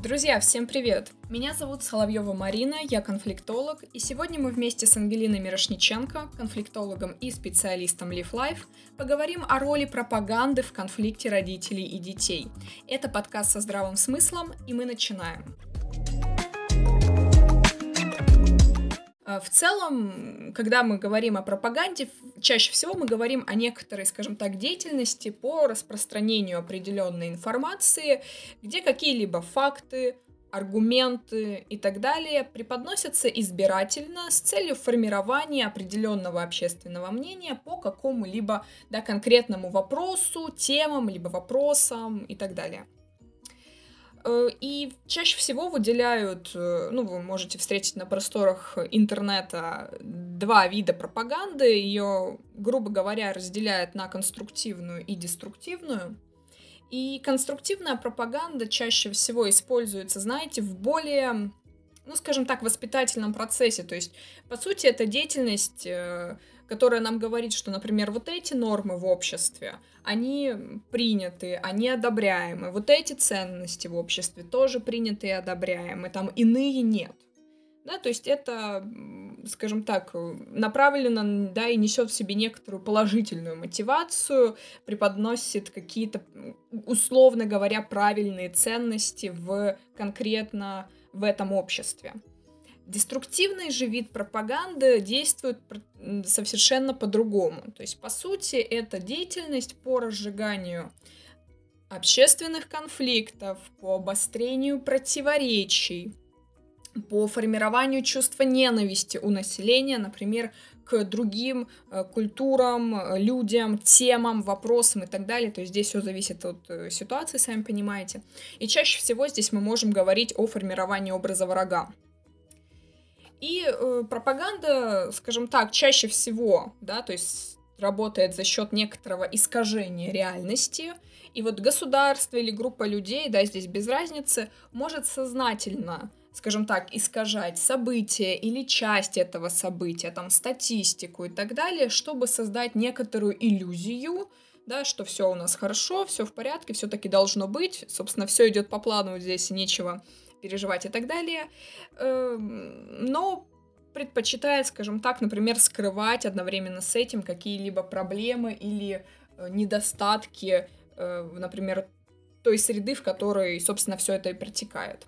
Друзья, всем привет! Меня зовут Соловьева Марина, я конфликтолог, и сегодня мы вместе с Ангелиной Мирошниченко, конфликтологом и специалистом Live Life, поговорим о роли пропаганды в конфликте родителей и детей. Это подкаст со здравым смыслом, и мы начинаем. В целом, когда мы говорим о пропаганде, чаще всего мы говорим о некоторой, скажем так, деятельности по распространению определенной информации, где какие-либо факты, аргументы и так далее преподносятся избирательно с целью формирования определенного общественного мнения по какому-либо конкретному вопросу, темам, либо вопросам и так далее. И чаще всего выделяют, вы можете встретить на просторах интернета два вида пропаганды. Ее, грубо говоря, разделяют на конструктивную и деструктивную. И конструктивная пропаганда чаще всего используется, знаете, в более, скажем так, воспитательном процессе. То есть, по сути, это деятельность, которая нам говорит, что, например, вот эти нормы в обществе, они приняты, они одобряемы. Вот эти ценности в обществе тоже приняты и одобряемы, там иные нет. Да, то есть это, скажем так, направлено, и несет в себе некоторую положительную мотивацию, преподносит какие-то, условно говоря, правильные ценности конкретно в этом обществе. Деструктивный же вид пропаганды действует совершенно по-другому. То есть, по сути, это деятельность по разжиганию общественных конфликтов, по обострению противоречий, по формированию чувства ненависти у населения, например, к другим культурам, людям, темам, вопросам и так далее. То есть здесь все зависит от ситуации, сами понимаете. И чаще всего здесь мы можем говорить о формировании образа врага. И пропаганда, скажем так, чаще всего, то есть работает за счет некоторого искажения реальности. И вот государство или группа людей, здесь без разницы, может сознательно, скажем так, искажать события или часть этого события, статистику и так далее, чтобы создать некоторую иллюзию, что все у нас хорошо, все в порядке, все-таки должно быть, собственно, все идет по плану, здесь нечего переживать и так далее, но предпочитает, скажем так, например, скрывать одновременно с этим какие-либо проблемы или недостатки, например, той среды, в которой, собственно, все это и протекает.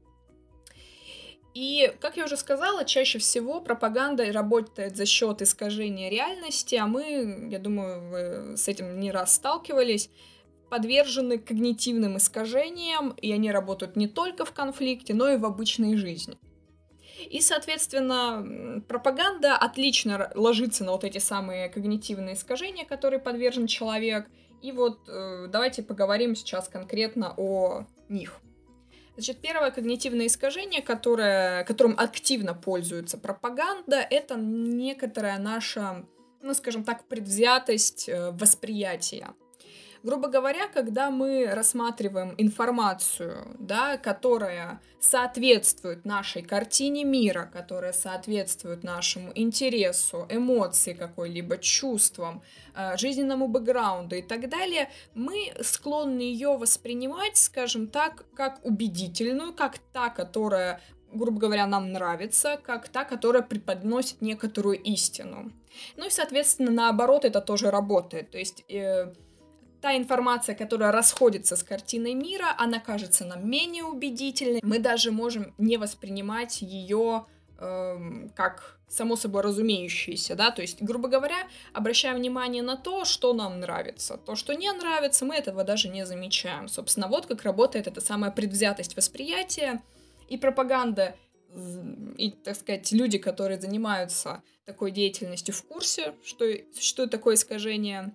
И, как я уже сказала, чаще всего пропаганда работает за счет искажения реальности, а мы, я думаю, вы с этим не раз сталкивались, подвержены когнитивным искажениям, и они работают не только в конфликте, но и в обычной жизни. И, соответственно, пропаганда отлично ложится на вот эти самые когнитивные искажения, которые подвержен человек. И вот давайте поговорим сейчас конкретно о них. Значит, первое когнитивное искажение, которым активно пользуется пропаганда, это некоторая наша, скажем так, предвзятость восприятия. Грубо говоря, когда мы рассматриваем информацию, которая соответствует нашей картине мира, которая соответствует нашему интересу, эмоции какой-либо, чувствам, жизненному бэкграунду и так далее, мы склонны ее воспринимать, скажем так, как убедительную, как та, которая, грубо говоря, нам нравится, как та, которая преподносит некоторую истину. И, соответственно, наоборот, это тоже работает. То есть та информация, которая расходится с картиной мира, она кажется нам менее убедительной. Мы даже можем не воспринимать ее как само собой разумеющееся, То есть, грубо говоря, обращаем внимание на то, что нам нравится. То, что не нравится, мы этого даже не замечаем. Собственно, вот как работает эта самая предвзятость восприятия. И пропаганда, и, так сказать, люди, которые занимаются такой деятельностью, в курсе, что существует такое искажение,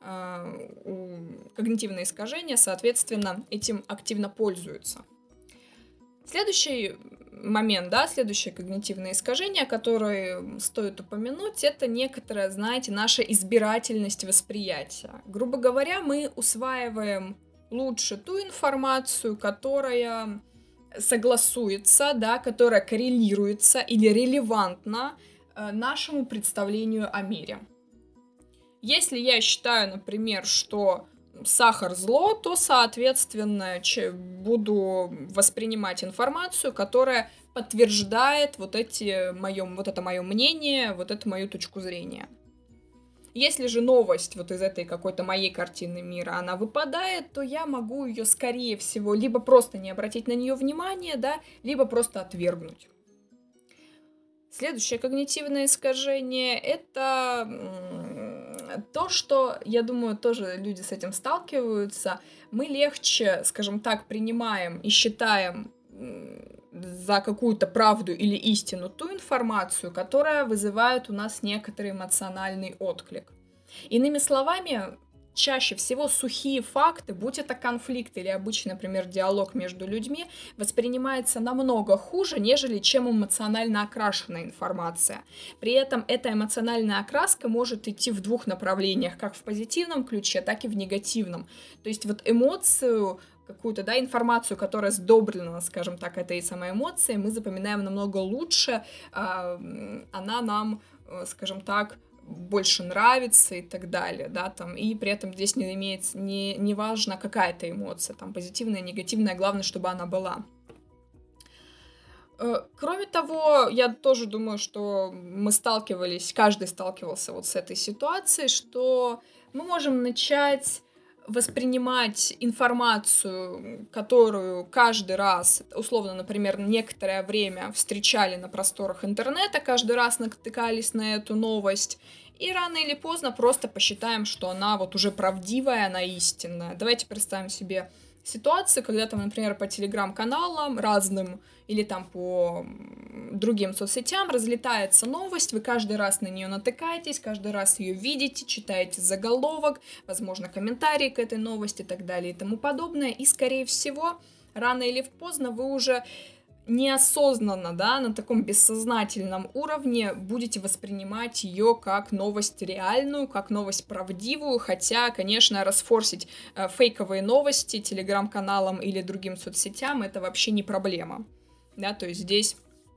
когнитивное искажение, соответственно, этим активно пользуются. Следующий момент, следующее когнитивное искажение, которое стоит упомянуть, это некоторая, наша избирательность восприятия. Грубо говоря, мы усваиваем лучше ту информацию, которая согласуется, которая коррелируется или релевантна нашему представлению о мире. Если я считаю, например, что сахар зло, то, соответственно, буду воспринимать информацию, которая подтверждает вот это мое мнение, вот эту мою точку зрения. Если же новость вот из этой какой-то моей картины мира, она выпадает, то я могу ее, скорее всего, либо просто не обратить на нее внимания, да, либо просто отвергнуть. Следующее когнитивное искажение — это то, что, я думаю, тоже люди с этим сталкиваются. Мы легче, скажем так, принимаем и считаем за какую-то правду или истину ту информацию, которая вызывает у нас некоторый эмоциональный отклик. Иными словами, чаще всего сухие факты, будь это конфликт или обычный, например, диалог между людьми, воспринимается намного хуже, нежели чем эмоционально окрашенная информация. При этом эта эмоциональная окраска может идти в двух направлениях, как в позитивном ключе, так и в негативном. То есть вот эмоцию, какую-то, да, информацию, которая сдобрена, скажем так, этой самой эмоцией, мы запоминаем намного лучше, она нам, скажем так, больше нравится и так далее, да, там, и при этом здесь не важно, какая это эмоция, там, позитивная, негативная, главное, чтобы она была. Кроме того, я тоже думаю, что каждый сталкивался вот с этой ситуацией, что мы можем начать воспринимать информацию, которую каждый раз, условно, например, некоторое время встречали на просторах интернета, каждый раз натыкались на эту новость, и рано или поздно просто посчитаем, что она вот уже правдивая, она истинная. Давайте представим себе ситуацию, когда там, например, по телеграм-каналам разным или там по другим соцсетям разлетается новость, вы каждый раз на нее натыкаетесь, каждый раз ее видите, читаете заголовок, возможно, комментарии к этой новости и так далее и тому подобное, и, скорее всего, рано или поздно вы уже неосознанно, да, на таком бессознательном уровне будете воспринимать ее как новость реальную, как новость правдивую, хотя, конечно, расфорсить фейковые новости телеграм-каналам или другим соцсетям — это вообще не проблема, да, то есть здесь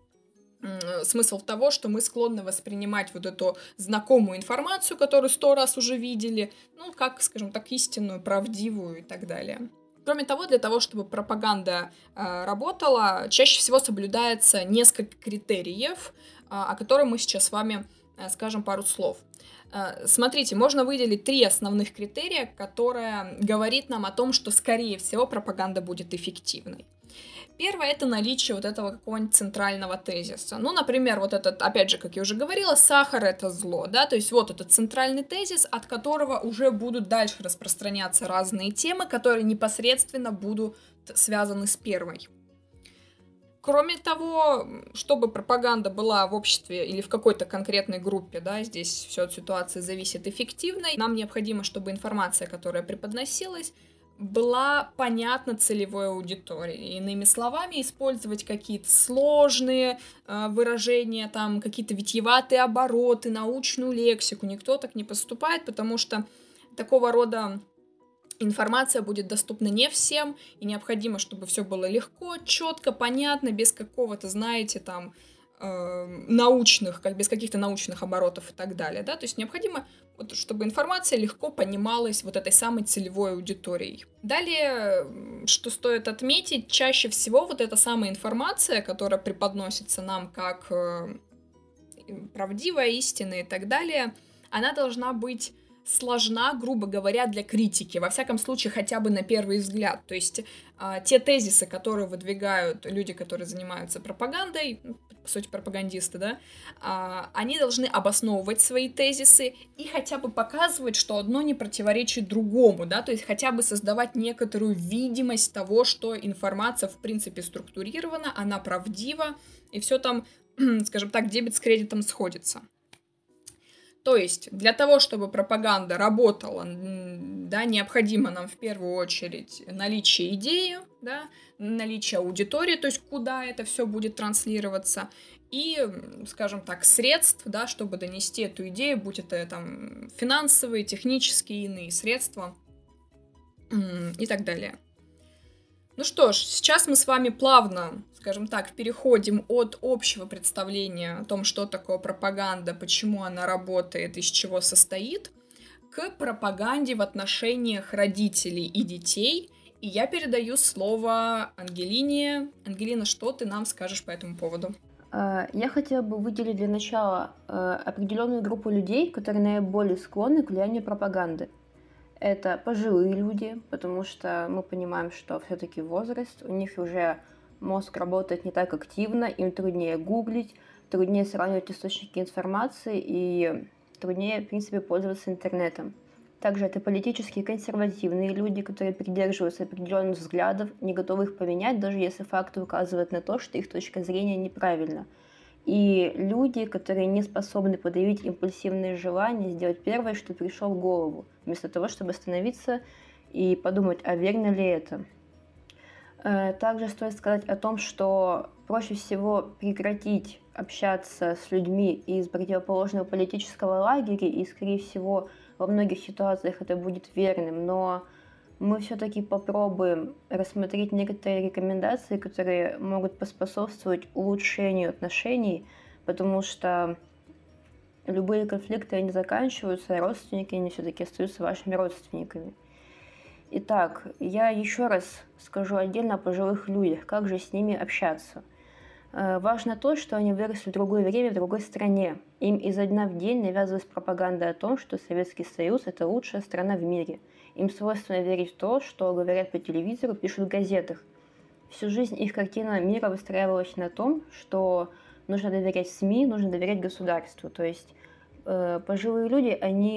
смысл в того, что мы склонны воспринимать вот эту знакомую информацию, которую 100 раз уже видели, ну, как, скажем так, истинную, правдивую и так далее. Кроме того, для того, чтобы пропаганда работала, чаще всего соблюдается несколько критериев, о которых мы сейчас с вами скажем пару слов. Смотрите, можно выделить 3 основных критерия, которые говорят нам о том, что, скорее всего, пропаганда будет эффективной. Первое — это наличие вот этого какого-нибудь центрального тезиса. Ну, например, вот этот, опять же, как я уже говорила, сахар — это зло, да, то есть вот этот центральный тезис, от которого уже будут дальше распространяться разные темы, которые непосредственно будут связаны с первой. Кроме того, чтобы пропаганда была в обществе или в какой-то конкретной группе, да, здесь все от ситуации зависит, эффективной, нам необходимо, чтобы информация, которая преподносилась, была понятна целевой аудитории. Иными словами, использовать какие-то сложные выражения, там, какие-то витиеватые обороты, научную лексику. Никто так не поступает, потому что такого рода информация будет доступна не всем, и необходимо, чтобы все было легко, четко, понятно, без какого-то, знаете, там, научных, без каких-то научных оборотов и так далее, да, то есть необходимо, вот, чтобы информация легко понималась вот этой самой целевой аудиторией. Далее, что стоит отметить, чаще всего вот эта самая информация, которая преподносится нам как правдивая, истина и так далее, она должна быть сложна, грубо говоря, для критики, во всяком случае, хотя бы на первый взгляд. То есть те тезисы, которые выдвигают люди, которые занимаются пропагандой, по сути, пропагандисты, да, они должны обосновывать свои тезисы и хотя бы показывать, что одно не противоречит другому, да, то есть хотя бы создавать некоторую видимость того, что информация, в принципе, структурирована, она правдива, и все там, скажем так, дебет с кредитом сходится. То есть для того, чтобы пропаганда работала, да, необходимо нам в первую очередь наличие идеи, да, наличие аудитории, то есть куда это все будет транслироваться, и, скажем так, средств, да, чтобы донести эту идею, будь это там финансовые, технические, иные средства и так далее. Ну что ж, сейчас мы с вами плавно, скажем так, переходим от общего представления о том, что такое пропаганда, почему она работает, из чего состоит, к пропаганде в отношениях родителей и детей. И я передаю слово Ангелине. Ангелина, что ты нам скажешь по этому поводу? Я хотела бы выделить для начала определенную группу людей, которые наиболее склонны к влиянию пропаганды. Это пожилые люди, потому что мы понимаем, что все-таки возраст, у них уже мозг работает не так активно, им труднее гуглить, труднее сравнивать источники информации и труднее, в принципе, пользоваться интернетом. Также это политически консервативные люди, которые придерживаются определенных взглядов, не готовы их поменять, даже если факты указывают на то, что их точка зрения неправильна. И люди, которые не способны подавить импульсивные желания, сделать первое, что пришло в голову, вместо того, чтобы остановиться и подумать, а верно ли это. Также стоит сказать о том, что проще всего прекратить общаться с людьми из противоположного политического лагеря, и, скорее всего, во многих ситуациях это будет верным, но мы все-таки попробуем рассмотреть некоторые рекомендации, которые могут поспособствовать улучшению отношений, потому что любые конфликты, они заканчиваются, а родственники, они все-таки остаются вашими родственниками. Итак, я еще раз скажу отдельно о пожилых людях, как же с ними общаться. Важно то, что они выросли в другое время, в другой стране. Им изо дня в день навязывалась пропаганда о том, что Советский Союз – это лучшая страна в мире. Им свойственно верить в то, что говорят по телевизору, пишут в газетах. Всю жизнь их картина мира выстраивалась на том, что нужно доверять СМИ, нужно доверять государству. То есть пожилые люди,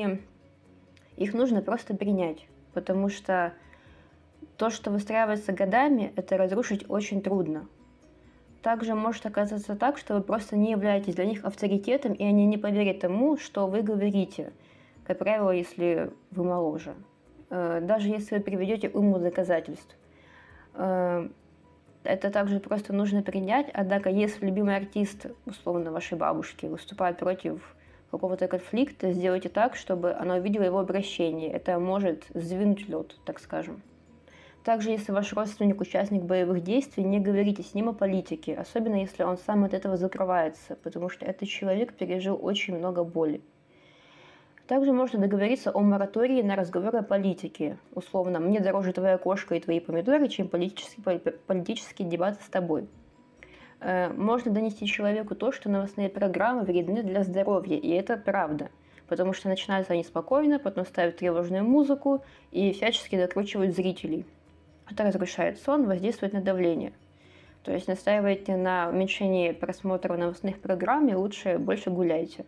их нужно просто принять, потому что то, что выстраивается годами, это разрушить очень трудно. Также может оказаться так, что вы просто не являетесь для них авторитетом, и они не поверят тому, что вы говорите, как правило, если вы моложе. Даже если вы приведете уйму доказательств. Это также просто нужно принять, однако если любимый артист, условно вашей бабушки, выступает против какого-то конфликта, сделайте так, чтобы она увидела его обращение. Это может сдвинуть лед, так скажем. Также, если ваш родственник участник боевых действий, не говорите с ним о политике, особенно если он сам от этого закрывается, потому что этот человек пережил очень много боли. Также можно договориться о моратории на разговоры о политике. Условно, мне дороже твоя кошка и твои помидоры, чем политические дебаты с тобой. Можно донести человеку то, что новостные программы вредны для здоровья, и это правда. Потому что начинаются они спокойно, потом ставят тревожную музыку и всячески докручивают зрителей. Это разрушает сон, воздействует на давление. То есть настаивайте на уменьшении просмотра новостных программ и лучше больше гуляйте.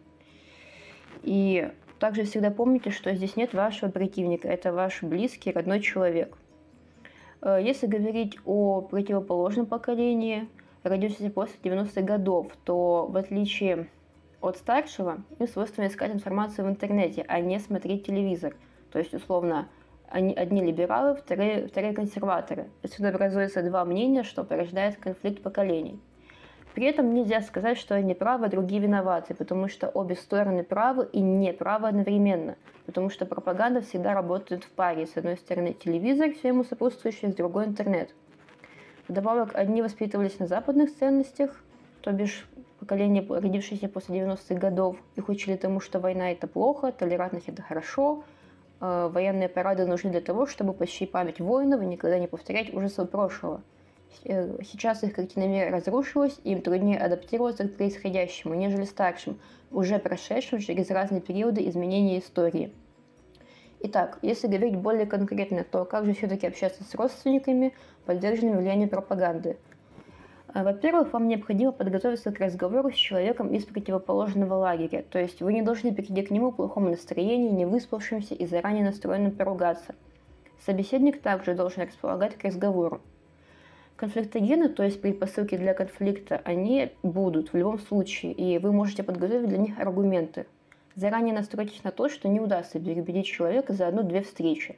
И также всегда помните, что здесь нет вашего противника, это ваш близкий, родной человек. Если говорить о противоположном поколении, родившемся после 90-х годов, то в отличие от старшего, им свойственно искать информацию в интернете, а не смотреть телевизор. То есть, условно, одни либералы, вторые консерваторы. Отсюда образуется два мнения, что порождает конфликт поколений. При этом нельзя сказать, что одни правы, а другие виноваты, потому что обе стороны правы и не правы одновременно, потому что пропаганда всегда работает в паре. С одной стороны телевизор, все ему сопутствующее, с другой интернет. Вдобавок, одни воспитывались на западных ценностях, то бишь поколение, родившееся после 90-х годов, их учили тому, что война – это плохо, толерантность – это хорошо, военные парады нужны для того, чтобы почтить память воинов и никогда не повторять ужасов прошлого. Сейчас их картина мира разрушилась, и им труднее адаптироваться к происходящему, нежели старшим, уже прошедшим через разные периоды изменения истории. Итак, если говорить более конкретно, то как же все-таки общаться с родственниками, подверженными влиянию пропаганды? Во-первых, вам необходимо подготовиться к разговору с человеком из противоположного лагеря, то есть вы не должны прийти к нему в плохом настроении, не выспавшимся и заранее настроенным поругаться. Собеседник также должен располагать к разговору. Конфликтогены, то есть предпосылки для конфликта, они будут в любом случае, и вы можете подготовить для них аргументы. Заранее настройтесь на то, что не удастся переубедить человека за одну-две встречи.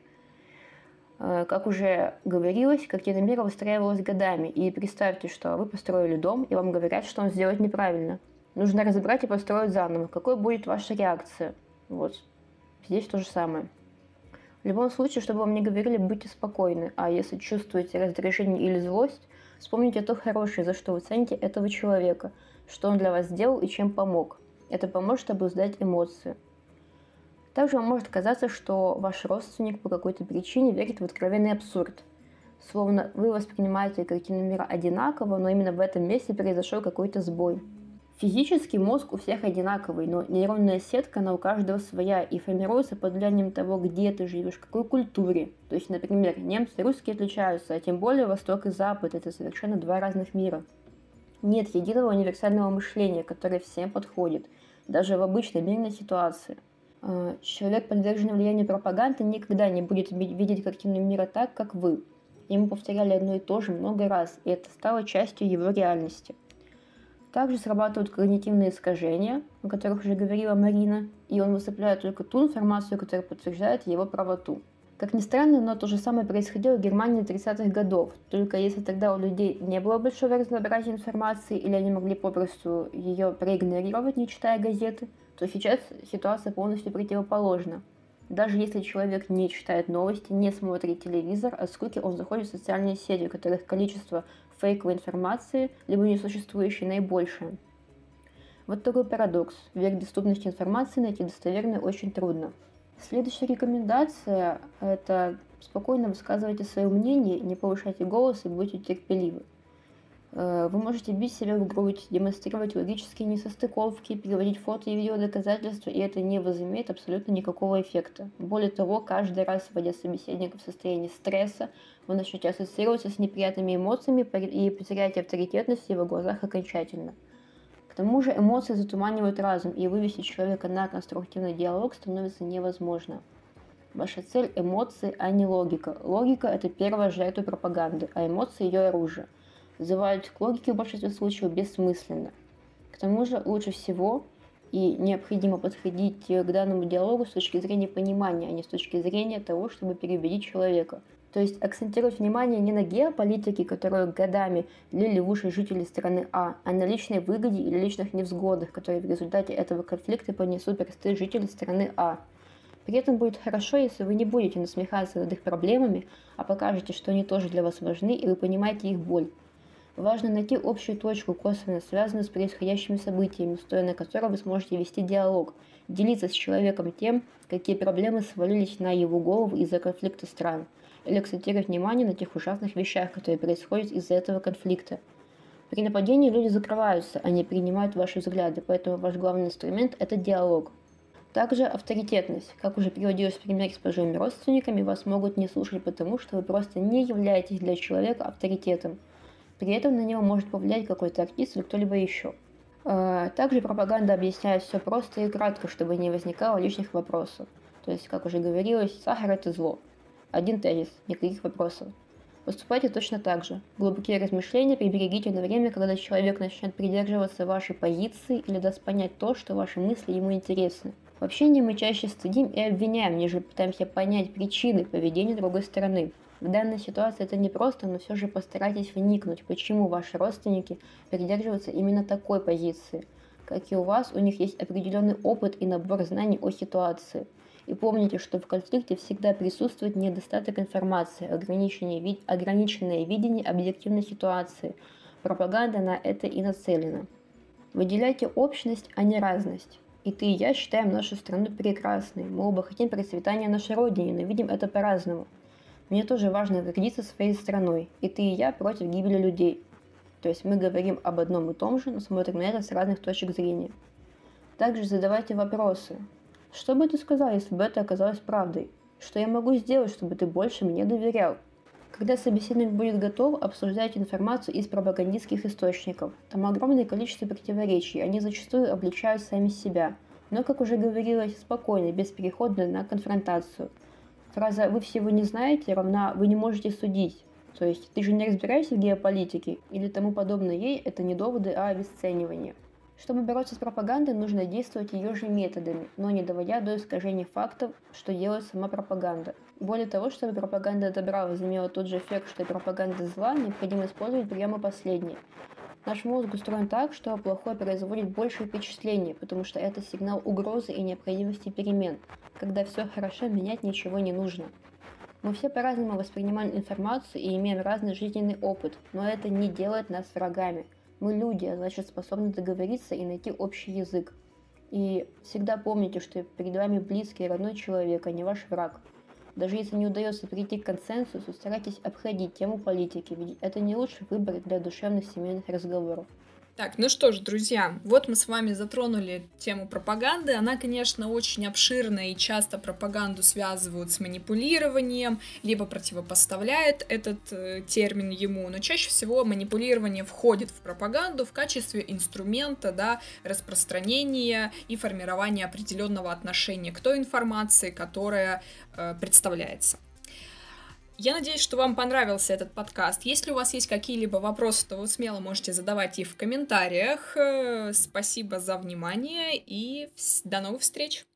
Как уже говорилось, картина мира выстраивалась годами, и представьте, что вы построили дом, и вам говорят, что он сделать неправильно. Нужно разобрать и построить заново. Какой будет ваша реакция? Вот. Здесь то же самое. В любом случае, чтобы вам не говорили, будьте спокойны, а если чувствуете раздражение или злость, вспомните то хорошее, за что вы цените этого человека, что он для вас сделал и чем помог. Это поможет обуздать эмоции. Также вам может казаться, что ваш родственник по какой-то причине верит в откровенный абсурд. Словно вы воспринимаете картину мира одинаково, но именно в этом месте произошел какой-то сбой. Физически мозг у всех одинаковый, но нейронная сетка, она у каждого своя и формируется под влиянием того, где ты живешь, в какой культуре. То есть, например, немцы и русские отличаются, а тем более Восток и Запад – это совершенно два разных мира. Нет единого универсального мышления, которое всем подходит, даже в обычной мирной ситуации. Человек, подверженный влиянию пропаганды, никогда не будет видеть картину мира так, как вы. Ему повторяли одно и то же много раз, и это стало частью его реальности. Также срабатывают когнитивные искажения, о которых уже говорила Марина, и он высыпляет только ту информацию, которая подтверждает его правоту. Как ни странно, но то же самое происходило в Германии 30-х годов, только если тогда у людей не было большого разнообразия информации, или они могли попросту ее проигнорировать, не читая газеты, то сейчас ситуация полностью противоположна. Даже если человек не читает новости, не смотрит телевизор, от скуки он заходит в социальные сети, у которых количество фейковой информации, либо несуществующей, наибольшее. Вот такой парадокс. Век доступности информации найти достоверную очень трудно. Следующая рекомендация – это спокойно высказывайте свое мнение, не повышайте голос и будьте терпеливы. Вы можете бить себя в грудь, демонстрировать логические несостыковки, приводить фото и видеодоказательства, и это не возымеет абсолютно никакого эффекта. Более того, каждый раз, вводя собеседника в состояние стресса, вы начнете ассоциироваться с неприятными эмоциями и потеряете авторитетность в его глазах окончательно. К тому же эмоции затуманивают разум, и вывести человека на конструктивный диалог становится невозможно. Ваша цель – эмоции, а не логика. Логика – это первая жертва пропаганды, а эмоции – ее оружие. Взывать к логике в большинстве случаев бессмысленно. К тому же лучше всего и необходимо подходить к данному диалогу с точки зрения понимания, а не с точки зрения того, чтобы переубедить человека. То есть акцентировать внимание не на геополитике, которую годами лили в уши жители страны А на личной выгоде или личных невзгодах, которые в результате этого конфликта понесут простые жители страны А. При этом будет хорошо, если вы не будете насмехаться над их проблемами, а покажете, что они тоже для вас важны и вы понимаете их боль. Важно найти общую точку, косвенно связанную с происходящими событиями, стоя на которой вы сможете вести диалог, делиться с человеком тем, какие проблемы свалились на его голову из-за конфликта стран, или акцентировать внимание на тех ужасных вещах, которые происходят из-за этого конфликта. При нападении люди закрываются, они принимают ваши взгляды, поэтому ваш главный инструмент – это диалог. Также авторитетность. Как уже приводилось в примере с пожилыми родственниками, вас могут не слушать потому, что вы просто не являетесь для человека авторитетом. При этом на него может повлиять какой-то артист или кто-либо еще. Также пропаганда объясняет все просто и кратко, чтобы не возникало лишних вопросов. То есть, как уже говорилось, сахар – это зло. Один тезис, никаких вопросов. Поступайте точно так же. Глубокие размышления приберегите на время, когда человек начнет придерживаться вашей позиции или даст понять то, что ваши мысли ему интересны. В общении мы чаще стыдим и обвиняем, нежели пытаемся понять причины поведения другой стороны. В данной ситуации это непросто, но все же постарайтесь вникнуть, почему ваши родственники придерживаются именно такой позиции. Как и у вас, у них есть определенный опыт и набор знаний о ситуации. И помните, что в конфликте всегда присутствует недостаток информации, ограниченное видение объективной ситуации. Пропаганда на это и нацелена. Выделяйте общность, а не разность. И ты, и я считаем нашу страну прекрасной. Мы оба хотим процветания нашей родине, но видим это по-разному. Мне тоже важно гордиться своей страной. И ты, и я против гибели людей. То есть мы говорим об одном и том же, но смотрим на это с разных точек зрения. Также задавайте вопросы. Что бы ты сказал, если бы это оказалось правдой? Что я могу сделать, чтобы ты больше мне доверял? Когда собеседник будет готов, обсуждайте информацию из пропагандистских источников. Там огромное количество противоречий, они зачастую обличают сами себя. Но, как уже говорилось, спокойно, без перехода на конфронтацию. Фраза «вы всего не знаете» равна «вы не можете судить». То есть «ты же не разбираешься в геополитике» или тому подобное ей – это не доводы, а обесценивание. Чтобы бороться с пропагандой, нужно действовать ее же методами, но не доводя до искажения фактов, что делает сама пропаганда. Более того, чтобы пропаганда добра возымела тот же эффект, что и пропаганда зла, необходимо использовать приемы последние. Наш мозг устроен так, что плохое производит большее впечатление, потому что это сигнал угрозы и необходимости перемен. Когда все хорошо, менять ничего не нужно. Мы все по-разному воспринимаем информацию и имеем разный жизненный опыт, но это не делает нас врагами. Мы люди, а значит способны договориться и найти общий язык. И всегда помните, что перед вами близкий и родной человек, а не ваш враг. Даже если не удается прийти к консенсусу, старайтесь обходить тему политики, ведь это не лучший выбор для душевных семейных разговоров. Так, ну что ж, друзья, вот мы с вами затронули тему пропаганды. Она, конечно, очень обширная, и часто пропаганду связывают с манипулированием, либо противопоставляют этот термин ему, но чаще всего манипулирование входит в пропаганду в качестве инструмента, да, распространения и формирования определенного отношения к той информации, которая представляется. Я надеюсь, что вам понравился этот подкаст. Если у вас есть какие-либо вопросы, то вы смело можете задавать их в комментариях. Спасибо за внимание и до новых встреч!